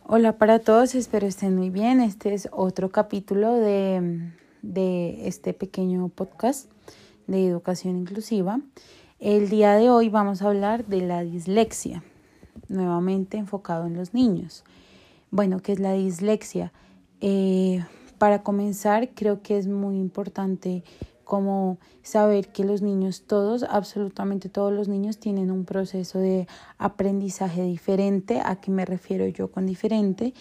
Hola para todos, espero estén muy bien. Este es otro capítulo de este pequeño podcast de educación inclusiva. El día de hoy vamos a hablar de la dislexia, nuevamente enfocado en los niños. Bueno, ¿qué es la dislexia? Para comenzar, creo que es muy importante como saber que los niños todos, absolutamente todos los niños tienen un proceso de aprendizaje diferente. ¿A qué me refiero yo con diferente?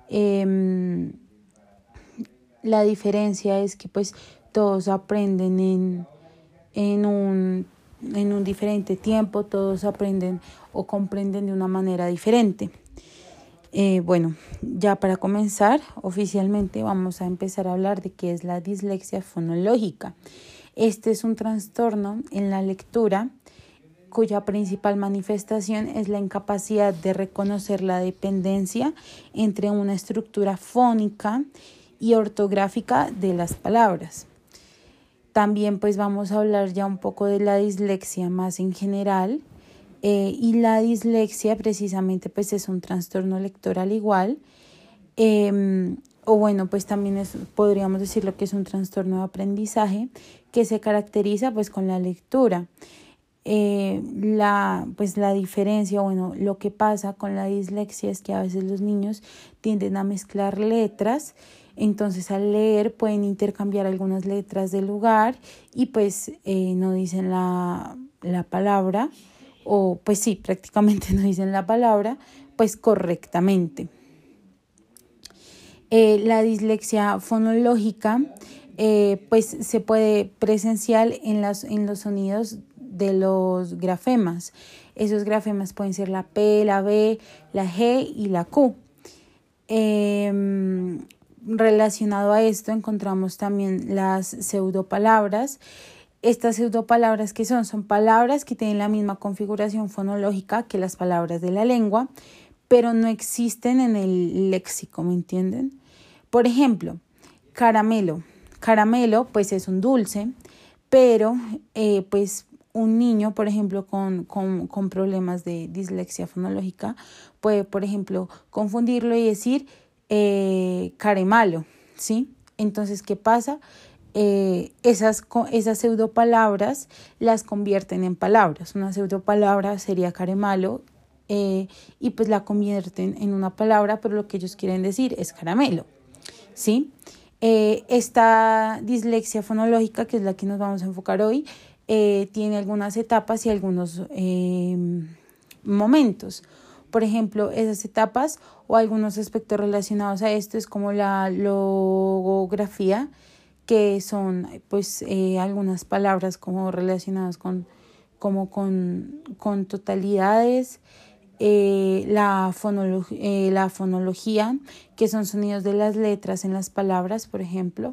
La diferencia es que pues todos aprenden en un diferente tiempo, todos aprenden o comprenden de una manera diferente. Bueno, ya para comenzar, oficialmente vamos a empezar a hablar de qué es la dislexia fonológica. Este es un trastorno en la lectura cuya principal manifestación es la incapacidad de reconocer la dependencia entre una estructura fónica y ortográfica de las palabras. También pues vamos a hablar ya un poco de la dislexia más en general. Y la dislexia precisamente pues es un trastorno lectoral igual, o bueno pues también podríamos decirlo que es un trastorno de aprendizaje que se caracteriza pues con la lectura. La diferencia, bueno, lo que pasa con la dislexia es que a veces los niños tienden a mezclar letras, entonces al leer pueden intercambiar algunas letras de lugar y pues no dicen la palabra, o pues sí, prácticamente no dicen la palabra, pues correctamente. La dislexia fonológica pues se puede presenciar en los sonidos de los grafemas. Esos grafemas pueden ser la P, la B, la G y la Q. Relacionado a esto encontramos también las pseudopalabras. Estas pseudopalabras que son palabras que tienen la misma configuración fonológica que las palabras de la lengua, pero no existen en el léxico, ¿me entienden? Por ejemplo, caramelo. Caramelo pues es un dulce, pero pues un niño, por ejemplo, con problemas de dislexia fonológica puede, por ejemplo, confundirlo y decir caremalo, ¿sí? Entonces, ¿qué pasa? Esas pseudopalabras las convierten en palabras. Una pseudopalabra sería caremalo y pues la convierten en una palabra, pero lo que ellos quieren decir es caramelo, ¿sí? Esta dislexia fonológica, que es la que nos vamos a enfocar hoy, tiene algunas etapas y algunos momentos. Por ejemplo, esas etapas o algunos aspectos relacionados a esto es como la logografía, que son pues algunas palabras como relacionadas con totalidades, la fonología, que son sonidos de las letras en las palabras, por ejemplo,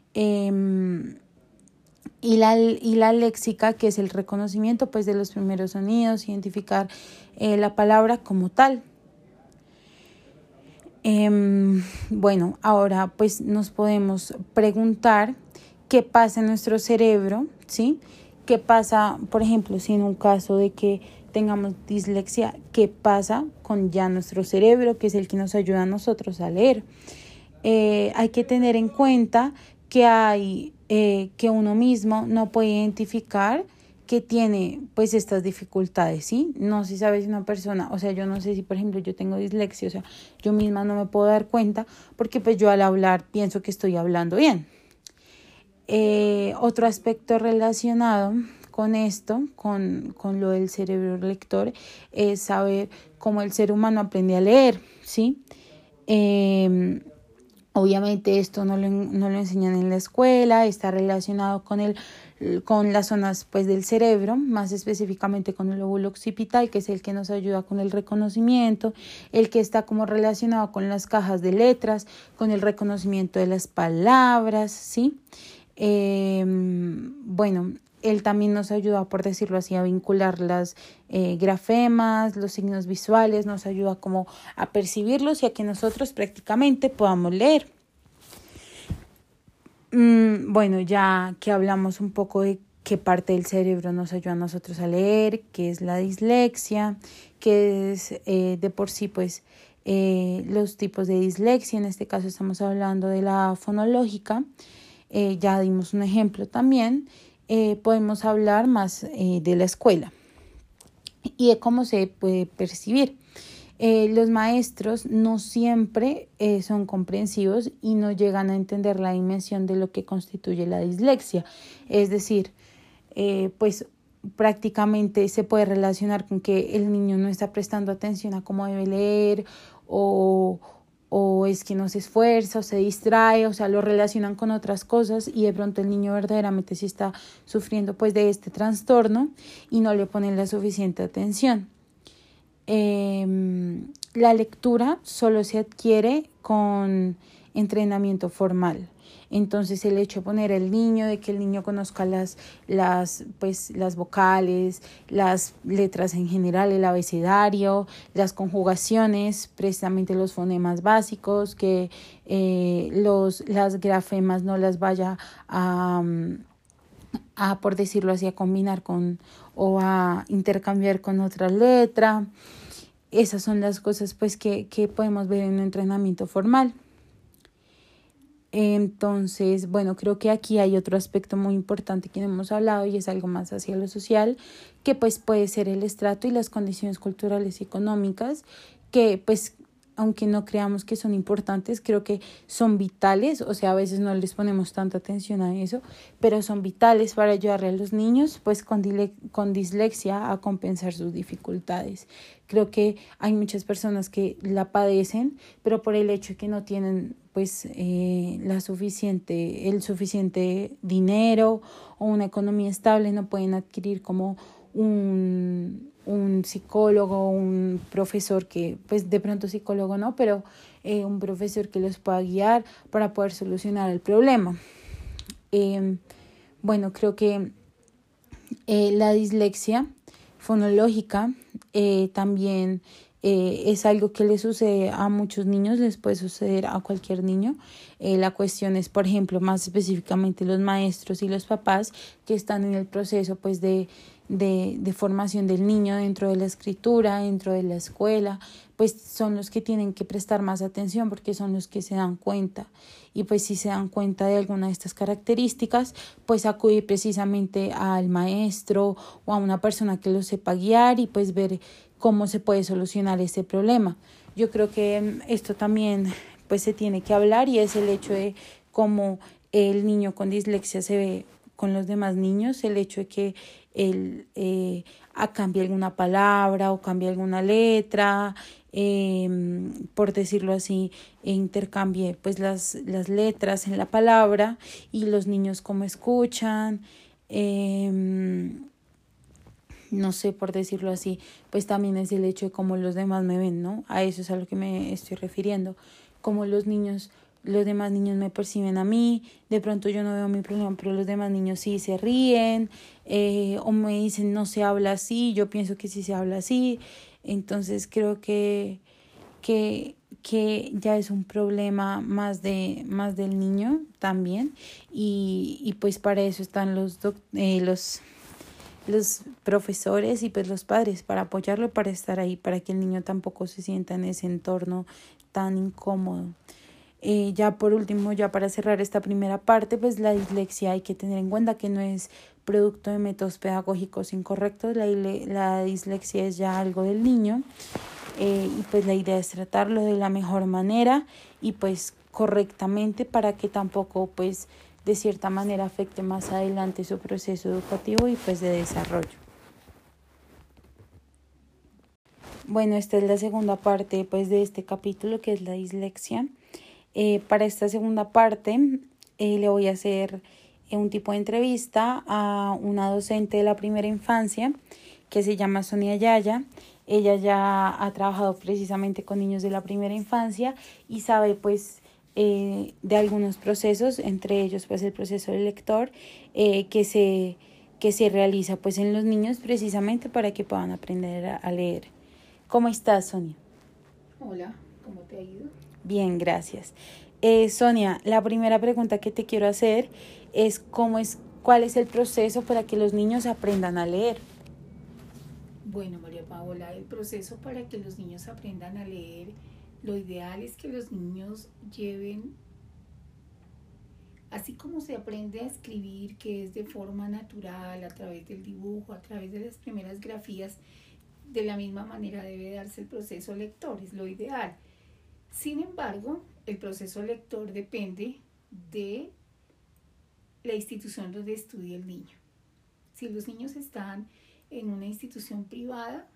y la léxica, que es el reconocimiento pues de los primeros sonidos, identificar la palabra como tal. Bueno, ahora pues nos podemos preguntar qué pasa en nuestro cerebro, ¿sí? ¿Qué pasa, por ejemplo, si en un caso de que tengamos dislexia, qué pasa con ya nuestro cerebro, que es el que nos ayuda a nosotros a leer? Hay que tener en cuenta que que uno mismo no puede identificar que tiene pues estas dificultades, ¿sí? No se sabe si una persona, o sea, yo no sé si por ejemplo yo tengo dislexia, o sea, yo misma no me puedo dar cuenta porque pues yo al hablar pienso que estoy hablando bien. Otro aspecto relacionado con esto, con lo del cerebro lector, es saber cómo el ser humano aprende a leer, ¿sí? Obviamente esto no lo enseñan en la escuela, está relacionado con las zonas pues del cerebro, más específicamente con el lóbulo occipital, que es el que nos ayuda con el reconocimiento, el que está como relacionado con las cajas de letras, con el reconocimiento de las palabras, ¿sí? Bueno, él también nos ayuda, por decirlo así, a vincular las grafemas, los signos visuales, nos ayuda como a percibirlos y a que nosotros prácticamente podamos leer. Bueno, ya que hablamos un poco de qué parte del cerebro nos ayuda a nosotros a leer, qué es la dislexia, que es de por sí pues los tipos de dislexia. En este caso estamos hablando de la fonológica. Ya dimos un ejemplo también. Podemos hablar más de la escuela y de cómo se puede percibir. Los maestros no siempre son comprensivos y no llegan a entender la dimensión de lo que constituye la dislexia. Es decir, pues prácticamente se puede relacionar con que el niño no está prestando atención a cómo debe leer o es que no se esfuerza o se distrae, o sea, lo relacionan con otras cosas y de pronto el niño verdaderamente sí está sufriendo pues de este trastorno y no le ponen la suficiente atención. La lectura solo se adquiere con entrenamiento formal. Entonces el hecho de poner al niño, de que el niño conozca las vocales, las letras en general, el abecedario, las conjugaciones, precisamente los fonemas básicos, que las grafemas no las vaya a por decirlo así, a combinar con o a intercambiar con otra letra. Esas son las cosas pues que podemos ver en un entrenamiento formal. Entonces, bueno, creo que aquí hay otro aspecto muy importante que no hemos hablado y es algo más hacia lo social, que pues puede ser el estrato y las condiciones culturales y económicas, que pues aunque no creamos que son importantes, creo que son vitales, o sea, a veces no les ponemos tanta atención a eso, pero son vitales para ayudarle a los niños, pues con dislexia a compensar sus dificultades. Creo que hay muchas personas que la padecen, pero por el hecho de que no tienen pues el suficiente dinero o una economía estable, no pueden adquirir como un psicólogo, un profesor que, pues de pronto psicólogo no, pero un profesor que los pueda guiar para poder solucionar el problema. Bueno, creo que la dislexia fonológica también es algo que le sucede a muchos niños, les puede suceder a cualquier niño. La cuestión es, por ejemplo, más específicamente los maestros y los papás que están en el proceso pues de formación del niño dentro de la escritura, dentro de la escuela, pues son los que tienen que prestar más atención porque son los que se dan cuenta. Y pues si se dan cuenta de alguna de estas características, pues acudir precisamente al maestro o a una persona que los sepa guiar y pues ver cómo se puede solucionar ese problema. Yo creo que esto también pues se tiene que hablar y es el hecho de cómo el niño con dislexia se ve con los demás niños, el hecho de que él cambie alguna palabra o cambie alguna letra, por decirlo así, intercambie pues las letras en la palabra y los niños cómo escuchan, no sé, por decirlo así, pues también es el hecho de cómo los demás me ven, ¿no? A eso es a lo que me estoy refiriendo, cómo los demás niños me perciben a mí, de pronto yo no veo mi problema, pero los demás niños sí se ríen, o me dicen no se habla así, yo pienso que sí se habla así, entonces creo que ya es un problema más del niño también, y pues para eso están los profesores y pues los padres para apoyarlo, para estar ahí, para que el niño tampoco se sienta en ese entorno tan incómodo. Ya por último, ya para cerrar esta primera parte, pues la dislexia hay que tener en cuenta que no es producto de métodos pedagógicos incorrectos, la dislexia es ya algo del niño, y pues la idea es tratarlo de la mejor manera y pues correctamente para que tampoco pues de cierta manera afecte más adelante su proceso educativo y pues de desarrollo. Bueno, esta es la segunda parte pues de este capítulo que es la dislexia. Para esta segunda parte le voy a hacer un tipo de entrevista a una docente de la primera infancia que se llama Sonia Yaya. Ella ya ha trabajado precisamente con niños de la primera infancia y sabe pues de algunos procesos, entre ellos pues el proceso del lector que se realiza pues en los niños precisamente para que puedan aprender a leer. ¿Cómo estás, Sonia? Hola, ¿cómo te ha ido? Bien, gracias. Sonia, la primera pregunta que te quiero hacer es ¿cuál es el proceso para que los niños aprendan a leer? Bueno, María Paola, el proceso para que los niños aprendan a leer Lo ideal es que los niños lleven, así como se aprende a escribir, que es de forma natural, a través del dibujo, a través de las primeras grafías, de la misma manera debe darse el proceso lector, es lo ideal. Sin embargo, el proceso lector depende de la institución donde estudie el niño. Si los niños están en una institución privada,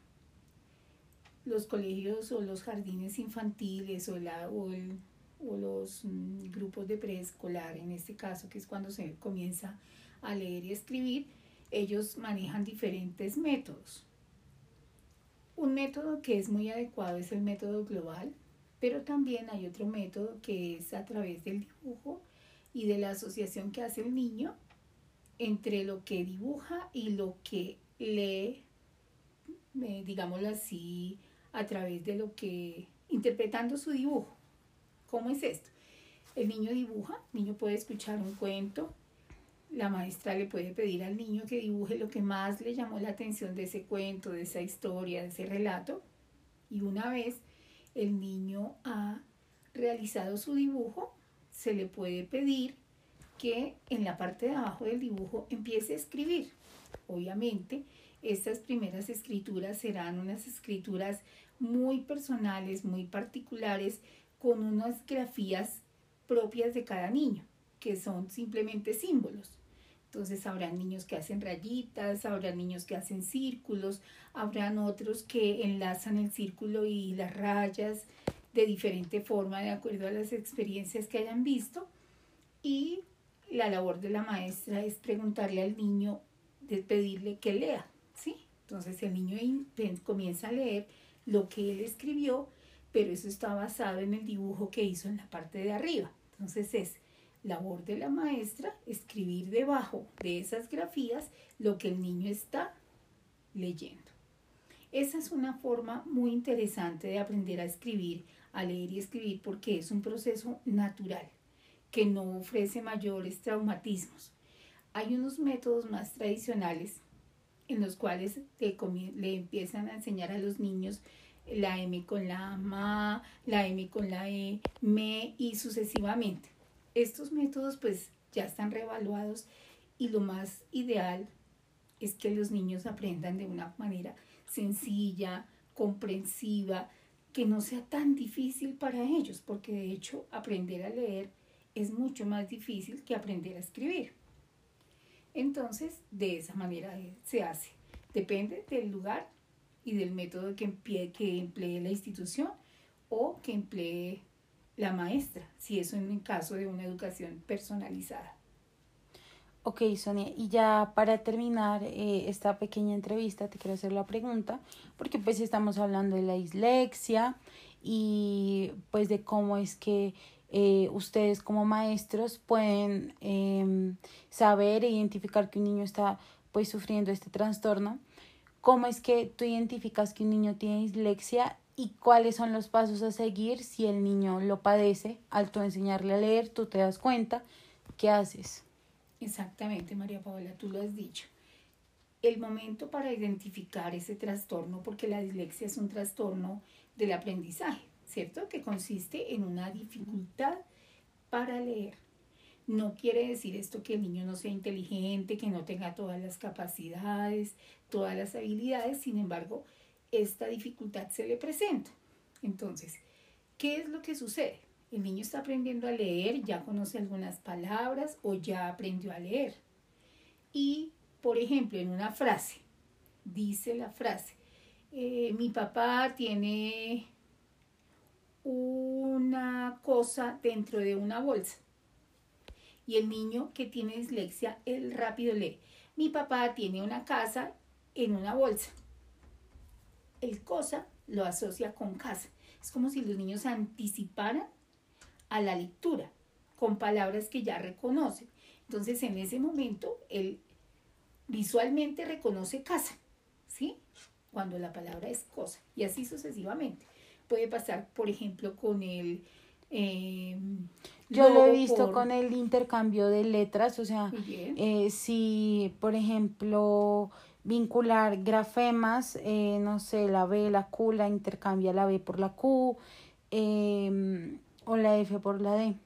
los colegios o los jardines infantiles o los grupos de preescolar, en este caso, que es cuando se comienza a leer y escribir, ellos manejan diferentes métodos. Un método que es muy adecuado es el método global, pero también hay otro método que es a través del dibujo y de la asociación que hace el niño entre lo que dibuja y lo que lee, digámoslo así, a través de lo que, interpretando su dibujo. ¿Cómo es esto? El niño dibuja, el niño puede escuchar un cuento, la maestra le puede pedir al niño que dibuje lo que más le llamó la atención de ese cuento, de esa historia, de ese relato, y una vez el niño ha realizado su dibujo, se le puede pedir que en la parte de abajo del dibujo empiece a escribir. Obviamente, estas primeras escrituras serán unas escrituras muy personales, muy particulares, con unas grafías propias de cada niño, que son simplemente símbolos. Entonces habrán niños que hacen rayitas, habrán niños que hacen círculos, habrán otros que enlazan el círculo y las rayas de diferente forma de acuerdo a las experiencias que hayan visto. Y la labor de la maestra es preguntarle al niño, de pedirle que lea, ¿sí? Entonces el niño comienza a leer lo que él escribió, pero eso está basado en el dibujo que hizo en la parte de arriba. Entonces es labor de la maestra escribir debajo de esas grafías lo que el niño está leyendo. Esa es una forma muy interesante de aprender a escribir, a leer y escribir, porque es un proceso natural que no ofrece mayores traumatismos. Hay unos métodos más tradicionales en los cuales le empiezan a enseñar a los niños la M con la MA, la M con la E, ME y sucesivamente. Estos métodos pues ya están reevaluados y lo más ideal es que los niños aprendan de una manera sencilla, comprensiva, que no sea tan difícil para ellos, porque de hecho aprender a leer es mucho más difícil que aprender a escribir. Entonces, de esa manera se hace. Depende del lugar y del método que emplee la institución o que emplee la maestra, si eso en el caso de una educación personalizada. Ok, Sonia, y ya para terminar esta pequeña entrevista te quiero hacer la pregunta, porque pues estamos hablando de la dislexia y pues de cómo es que ustedes como maestros pueden saber e identificar que un niño está pues sufriendo este trastorno. ¿Cómo es que tú identificas que un niño tiene dislexia y cuáles son los pasos a seguir si el niño lo padece? Al tú enseñarle a leer, tú te das cuenta, ¿qué haces? Exactamente, María Paola, tú lo has dicho. El momento para identificar ese trastorno, porque la dislexia es un trastorno del aprendizaje, ¿cierto? Que consiste en una dificultad para leer. No quiere decir esto que el niño no sea inteligente, que no tenga todas las capacidades, todas las habilidades, sin embargo, esta dificultad se le presenta. Entonces, ¿qué es lo que sucede? El niño está aprendiendo a leer, ya conoce algunas palabras o ya aprendió a leer. Y, por ejemplo, en una frase, dice la frase, mi papá tiene una cosa dentro de una bolsa. Y el niño que tiene dislexia, él rápido lee, mi papá tiene una casa en una bolsa. El cosa lo asocia con casa. Es como si los niños anticiparan a la lectura con palabras que ya reconocen. Entonces, en ese momento, él visualmente reconoce casa, ¿sí? Cuando la palabra es cosa, y así sucesivamente. Puede pasar, por ejemplo, con el... Yo lo he visto con el intercambio de letras, o sea, si, por ejemplo, vincular grafemas, no sé, la B, la Q, la intercambia la B por la Q, o la F por la D.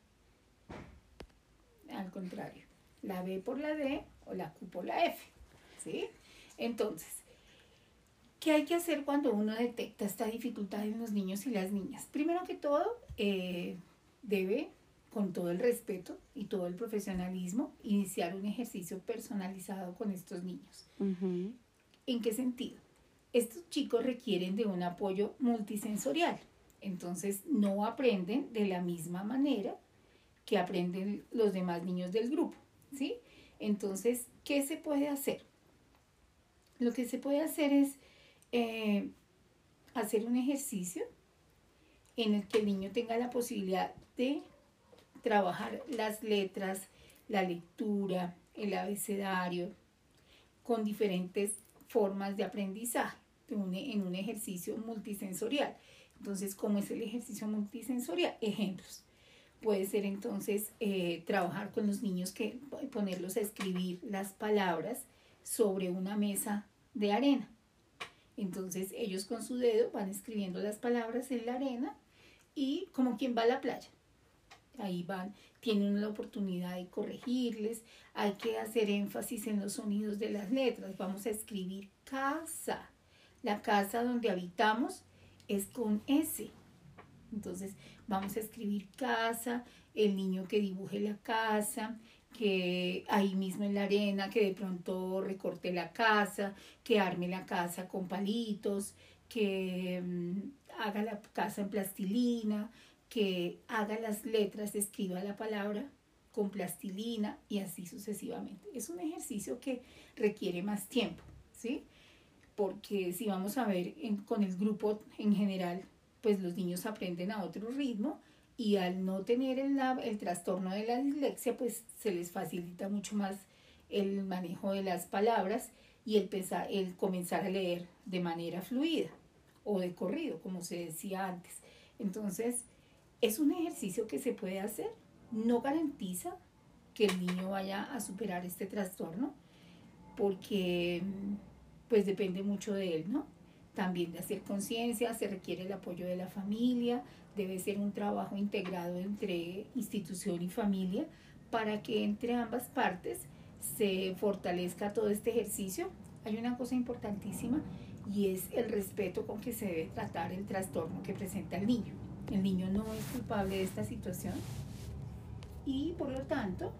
Al contrario, la B por la D o la Q por la F, ¿sí? Entonces, ¿qué hay que hacer cuando uno detecta esta dificultad en los niños y las niñas? Primero que todo, debe, con todo el respeto y todo el profesionalismo, iniciar un ejercicio personalizado con estos niños. Uh-huh. ¿En qué sentido? Estos chicos requieren de un apoyo multisensorial, entonces no aprenden de la misma manera que aprenden los demás niños del grupo, ¿sí? Entonces, ¿qué se puede hacer? Lo que se puede hacer es hacer un ejercicio en el que el niño tenga la posibilidad de trabajar las letras, la lectura, el abecedario, con diferentes formas de aprendizaje en un ejercicio multisensorial. Entonces, ¿cómo es el ejercicio multisensorial? Ejemplos. Puede ser entonces trabajar con los niños, ponerlos a escribir las palabras sobre una mesa de arena. Entonces ellos con su dedo van escribiendo las palabras en la arena y como quien va a la playa. Ahí van, tienen la oportunidad de corregirles, hay que hacer énfasis en los sonidos de las letras. Vamos a escribir casa. La casa donde habitamos es con S. Entonces vamos a escribir casa, el niño que dibuje la casa, que ahí mismo en la arena, que de pronto recorte la casa, que arme la casa con palitos, que haga la casa en plastilina, que haga las letras, escriba la palabra con plastilina y así sucesivamente. Es un ejercicio que requiere más tiempo, ¿sí? Porque si vamos a ver con el grupo en general, pues los niños aprenden a otro ritmo y al no tener el trastorno de la dislexia, pues se les facilita mucho más el manejo de las palabras y el comenzar a leer de manera fluida o de corrido, como se decía antes. Entonces, es un ejercicio que se puede hacer, no garantiza que el niño vaya a superar este trastorno, porque pues depende mucho de él, ¿no? También de hacer conciencia, se requiere el apoyo de la familia, debe ser un trabajo integrado entre institución y familia para que entre ambas partes se fortalezca todo este ejercicio. Hay una cosa importantísima y es el respeto con que se debe tratar el trastorno que presenta el niño. El niño no es culpable de esta situación y por lo tanto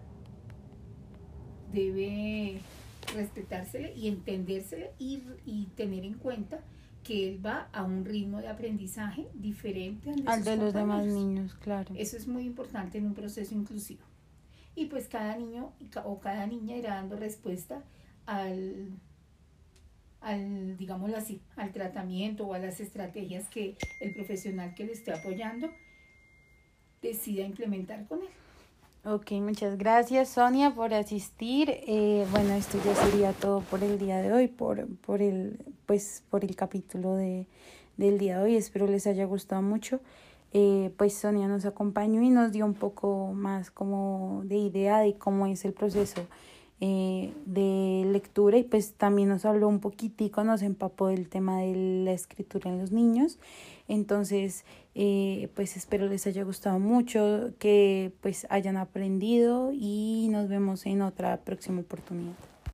debe respetársele y entendérsele y tener en cuenta que él va a un ritmo de aprendizaje diferente al de los demás niños, claro. Eso es muy importante en un proceso inclusivo. Y pues cada niño o cada niña irá dando respuesta al digámoslo así, al tratamiento o a las estrategias que el profesional que le esté apoyando decida implementar con él. Ok, muchas gracias Sonia por asistir. Bueno, esto ya sería todo por el día de hoy, por el capítulo del día de hoy. Espero les haya gustado mucho. Pues Sonia nos acompañó y nos dio un poco más como de idea de cómo es el proceso de lectura y pues también nos habló un poquitico, nos empapó del tema de la escritura en los niños. Entonces pues espero les haya gustado mucho, que pues hayan aprendido y nos vemos en otra próxima oportunidad.